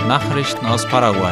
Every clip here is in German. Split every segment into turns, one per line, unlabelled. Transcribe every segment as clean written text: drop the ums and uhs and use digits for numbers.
Nachrichten aus Paraguay.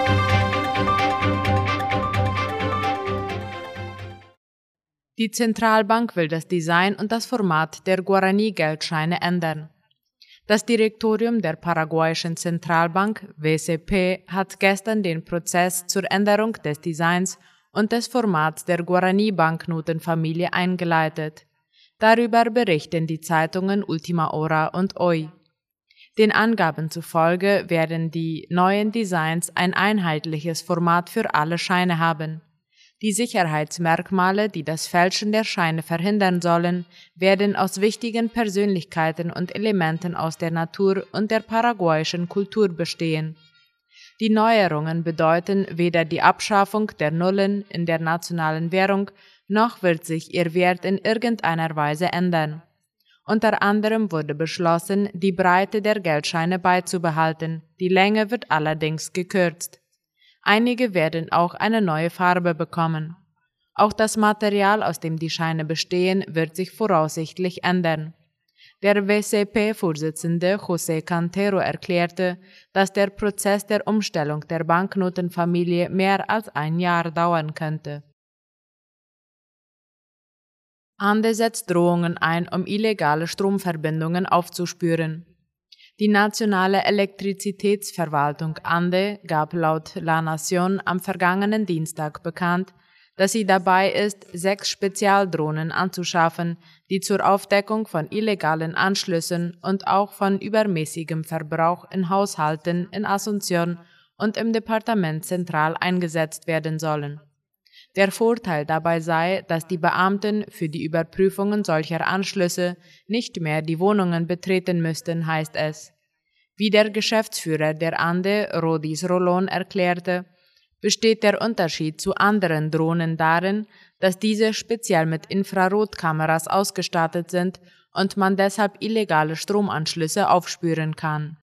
Die Zentralbank will das Design und das Format der Guarani-Geldscheine ändern. Das Direktorium der paraguayischen Zentralbank, WCP, hat gestern den Prozess zur Änderung des Designs und des Formats der Guarani-Banknotenfamilie eingeleitet. Darüber berichten die Zeitungen Última Hora und Hoy. Den Angaben zufolge werden die neuen Designs ein einheitliches Format für alle Scheine haben. Die Sicherheitsmerkmale, die das Fälschen der Scheine verhindern sollen, werden aus wichtigen Persönlichkeiten und Elementen aus der Natur und der paraguayischen Kultur bestehen. Die Neuerungen bedeuten weder die Abschaffung der Nullen in der nationalen Währung, noch wird sich ihr Wert in irgendeiner Weise ändern. Unter anderem wurde beschlossen, die Breite der Geldscheine beizubehalten, die Länge wird allerdings gekürzt. Einige werden auch eine neue Farbe bekommen. Auch das Material, aus dem die Scheine bestehen, wird sich voraussichtlich ändern. Der WCP-Vorsitzende José Cantero erklärte, dass der Prozess der Umstellung der Banknotenfamilie mehr als ein Jahr dauern könnte. Ande setzt Drohungen ein, um illegale Stromverbindungen aufzuspüren. Die nationale Elektrizitätsverwaltung Ande gab laut La Nación am vergangenen Dienstag bekannt, dass sie dabei ist, 6 Spezialdrohnen anzuschaffen, die zur Aufdeckung von illegalen Anschlüssen und auch von übermäßigem Verbrauch in Haushalten in Asunción und im Departement Central eingesetzt werden sollen. Der Vorteil dabei sei, dass die Beamten für die Überprüfungen solcher Anschlüsse nicht mehr die Wohnungen betreten müssten, heißt es. Wie der Geschäftsführer der Ande, Rodis Rolón, erklärte, besteht der Unterschied zu anderen Drohnen darin, dass diese speziell mit Infrarotkameras ausgestattet sind und man deshalb illegale Stromanschlüsse aufspüren kann.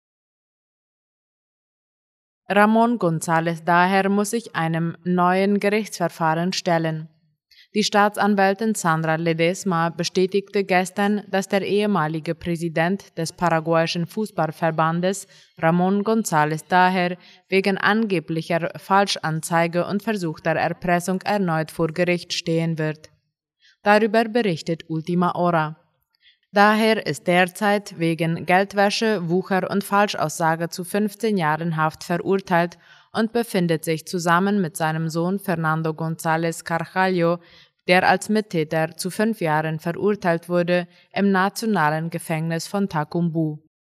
Ramón González daher muss sich einem neuen Gerichtsverfahren stellen. Die Staatsanwältin Sandra Ledesma bestätigte gestern, dass der ehemalige Präsident des paraguayischen Fußballverbandes, Ramón González daher, wegen angeblicher Falschanzeige und versuchter Erpressung erneut vor Gericht stehen wird. Darüber berichtet Última Hora. Daher ist derzeit wegen Geldwäsche, Wucher und Falschaussage zu 15 Jahren Haft verurteilt und befindet sich zusammen mit seinem Sohn Fernando González Carvalho, der als Mittäter zu 5 Jahren verurteilt wurde, im nationalen Gefängnis von Tacumbu.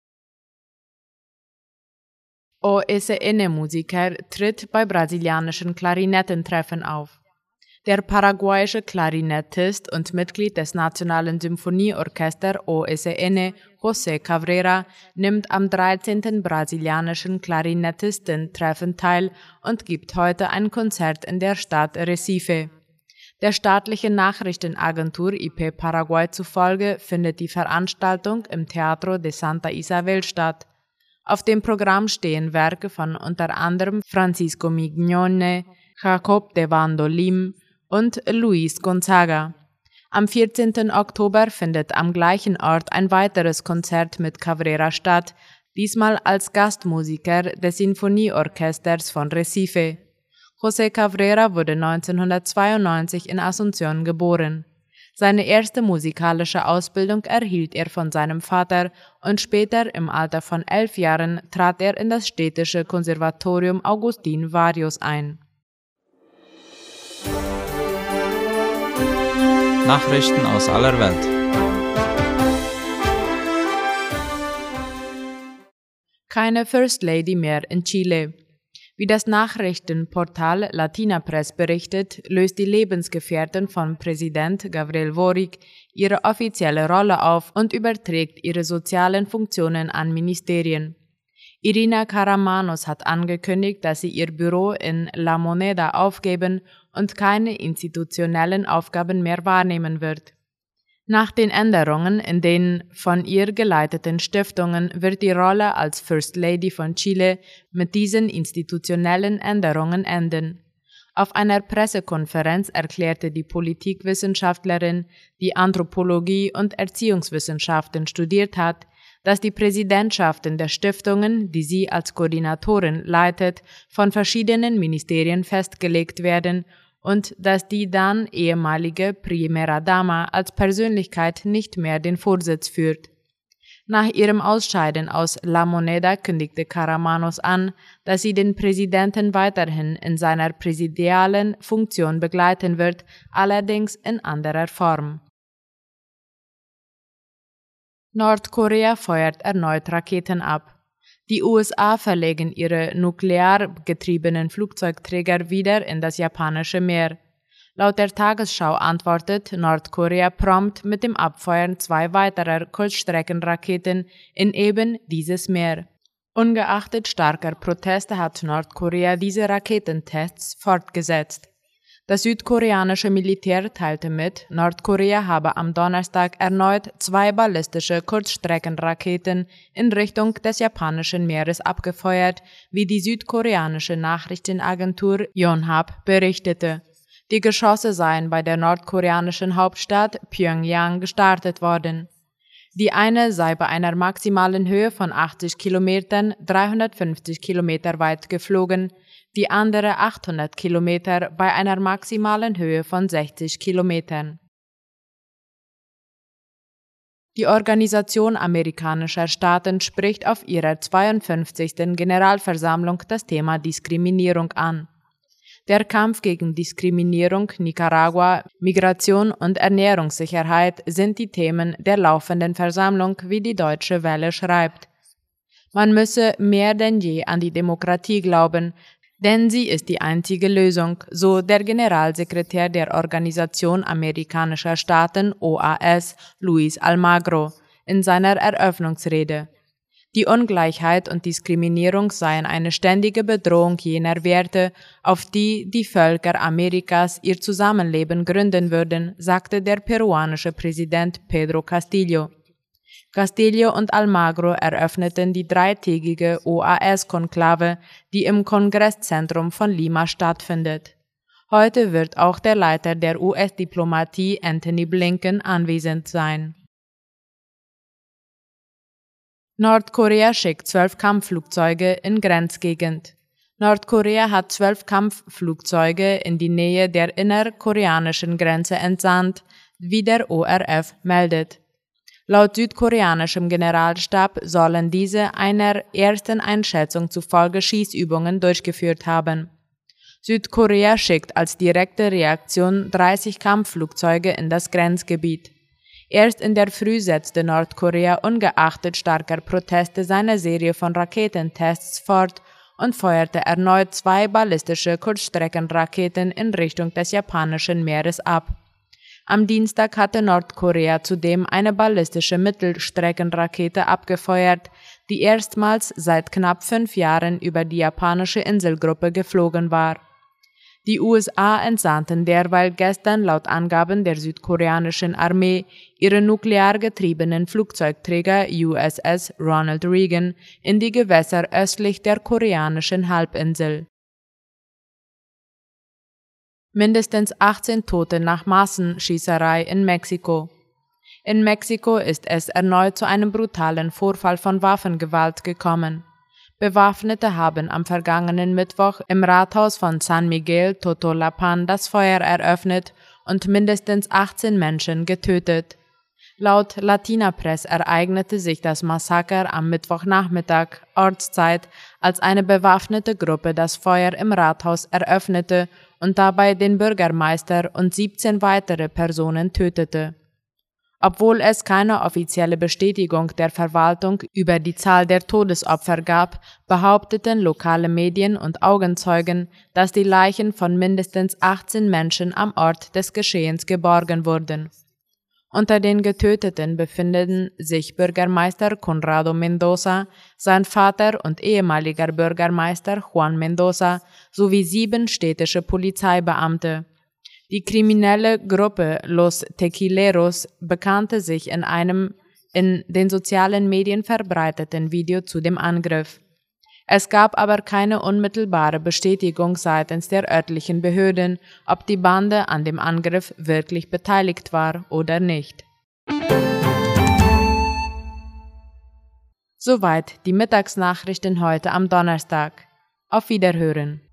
OSN-Musiker tritt bei brasilianischen Klarinettentreffen auf. Der paraguayische Klarinettist und Mitglied des Nationalen Symphonieorchester OSN, José Cabrera, nimmt am 13. brasilianischen Klarinettistentreffen teil und gibt heute ein Konzert in der Stadt Recife. Der staatlichen Nachrichtenagentur IP Paraguay zufolge findet die Veranstaltung im Teatro de Santa Isabel statt. Auf dem Programm stehen Werke von unter anderem Francisco Mignone, Jacob de Bandolim und Luis Gonzaga. Am 14. Oktober findet am gleichen Ort ein weiteres Konzert mit Cabrera statt, diesmal als Gastmusiker des Sinfonieorchesters von Recife. José Cabrera wurde 1992 in Asunción geboren. Seine erste musikalische Ausbildung erhielt er von seinem Vater und später, im Alter von 11 Jahren, trat er in das städtische Konservatorium Agustín Barrios ein.
Nachrichten aus aller Welt.
Keine First Lady mehr in Chile. Wie das Nachrichtenportal Latina Press berichtet, löst die Lebensgefährtin von Präsident Gabriel Boric ihre offizielle Rolle auf und überträgt ihre sozialen Funktionen an Ministerien. Irina Karamanos hat angekündigt, dass sie ihr Büro in La Moneda aufgeben und keine institutionellen Aufgaben mehr wahrnehmen wird. Nach den Änderungen in den von ihr geleiteten Stiftungen wird die Rolle als First Lady von Chile mit diesen institutionellen Änderungen enden. Auf einer Pressekonferenz erklärte die Politikwissenschaftlerin, die Anthropologie und Erziehungswissenschaften studiert hat, dass die Präsidentschaften der Stiftungen, die sie als Koordinatorin leitet, von verschiedenen Ministerien festgelegt werden und dass die dann ehemalige Primera Dama als Persönlichkeit nicht mehr den Vorsitz führt. Nach ihrem Ausscheiden aus La Moneda kündigte Karamanos an, dass sie den Präsidenten weiterhin in seiner präsidialen Funktion begleiten wird, allerdings in anderer Form. Nordkorea feuert erneut Raketen ab. Die USA verlegen ihre nuklear getriebenen Flugzeugträger wieder in das japanische Meer. Laut der Tagesschau antwortet Nordkorea prompt mit dem Abfeuern 2 weiterer Kurzstreckenraketen in eben dieses Meer. Ungeachtet starker Proteste hat Nordkorea diese Raketentests fortgesetzt. Das südkoreanische Militär teilte mit, Nordkorea habe am Donnerstag erneut 2 ballistische Kurzstreckenraketen in Richtung des japanischen Meeres abgefeuert, wie die südkoreanische Nachrichtenagentur Yonhap berichtete. Die Geschosse seien bei der nordkoreanischen Hauptstadt Pyongyang gestartet worden. Die eine sei bei einer maximalen Höhe von 80 Kilometern 350 Kilometer weit geflogen, die andere 800 Kilometer bei einer maximalen Höhe von 60 Kilometern. Die Organisation amerikanischer Staaten spricht auf ihrer 52. Generalversammlung das Thema Diskriminierung an. Der Kampf gegen Diskriminierung, Nicaragua, Migration und Ernährungssicherheit sind die Themen der laufenden Versammlung, wie die Deutsche Welle schreibt. Man müsse mehr denn je an die Demokratie glauben, denn sie ist die einzige Lösung, so der Generalsekretär der Organisation amerikanischer Staaten OAS, Luis Almagro, in seiner Eröffnungsrede. Die Ungleichheit und Diskriminierung seien eine ständige Bedrohung jener Werte, auf die die Völker Amerikas ihr Zusammenleben gründen würden, sagte der peruanische Präsident Pedro Castillo. Castillo und Almagro eröffneten die 3-tägige OAS-Konklave, die im Kongresszentrum von Lima stattfindet. Heute wird auch der Leiter der US-Diplomatie Antony Blinken anwesend sein. Nordkorea schickt 12 Kampfflugzeuge in Grenzgegend. Nordkorea hat 12 Kampfflugzeuge in die Nähe der innerkoreanischen Grenze entsandt, wie der ORF meldet. Laut südkoreanischem Generalstab sollen diese einer ersten Einschätzung zufolge Schießübungen durchgeführt haben. Südkorea schickt als direkte Reaktion 30 Kampfflugzeuge in das Grenzgebiet. Erst in der Früh setzte Nordkorea ungeachtet starker Proteste seine Serie von Raketentests fort und feuerte erneut 2 ballistische Kurzstreckenraketen in Richtung des japanischen Meeres ab. Am Dienstag hatte Nordkorea zudem eine ballistische Mittelstreckenrakete abgefeuert, die erstmals seit knapp 5 Jahren über die japanische Inselgruppe geflogen war. Die USA entsandten derweil gestern laut Angaben der südkoreanischen Armee ihre nuklear getriebenen Flugzeugträger USS Ronald Reagan in die Gewässer östlich der koreanischen Halbinsel. Mindestens 18 Tote nach Massenschießerei in Mexiko. In Mexiko ist es erneut zu einem brutalen Vorfall von Waffengewalt gekommen. Bewaffnete haben am vergangenen Mittwoch im Rathaus von San Miguel Totolapan das Feuer eröffnet und mindestens 18 Menschen getötet. Laut Latina Press ereignete sich das Massaker am Mittwochnachmittag, Ortszeit, als eine bewaffnete Gruppe das Feuer im Rathaus eröffnete und dabei den Bürgermeister und 17 weitere Personen tötete. Obwohl es keine offizielle Bestätigung der Verwaltung über die Zahl der Todesopfer gab, behaupteten lokale Medien und Augenzeugen, dass die Leichen von mindestens 18 Menschen am Ort des Geschehens geborgen wurden. Unter den Getöteten befinden sich Bürgermeister Conrado Mendoza, sein Vater und ehemaliger Bürgermeister Juan Mendoza sowie 7 städtische Polizeibeamte. Die kriminelle Gruppe Los Tequileros bekannte sich in einem in den sozialen Medien verbreiteten Video zu dem Angriff. Es gab aber keine unmittelbare Bestätigung seitens der örtlichen Behörden, ob die Bande an dem Angriff wirklich beteiligt war oder nicht. Soweit die Mittagsnachrichten heute am Donnerstag. Auf Wiederhören.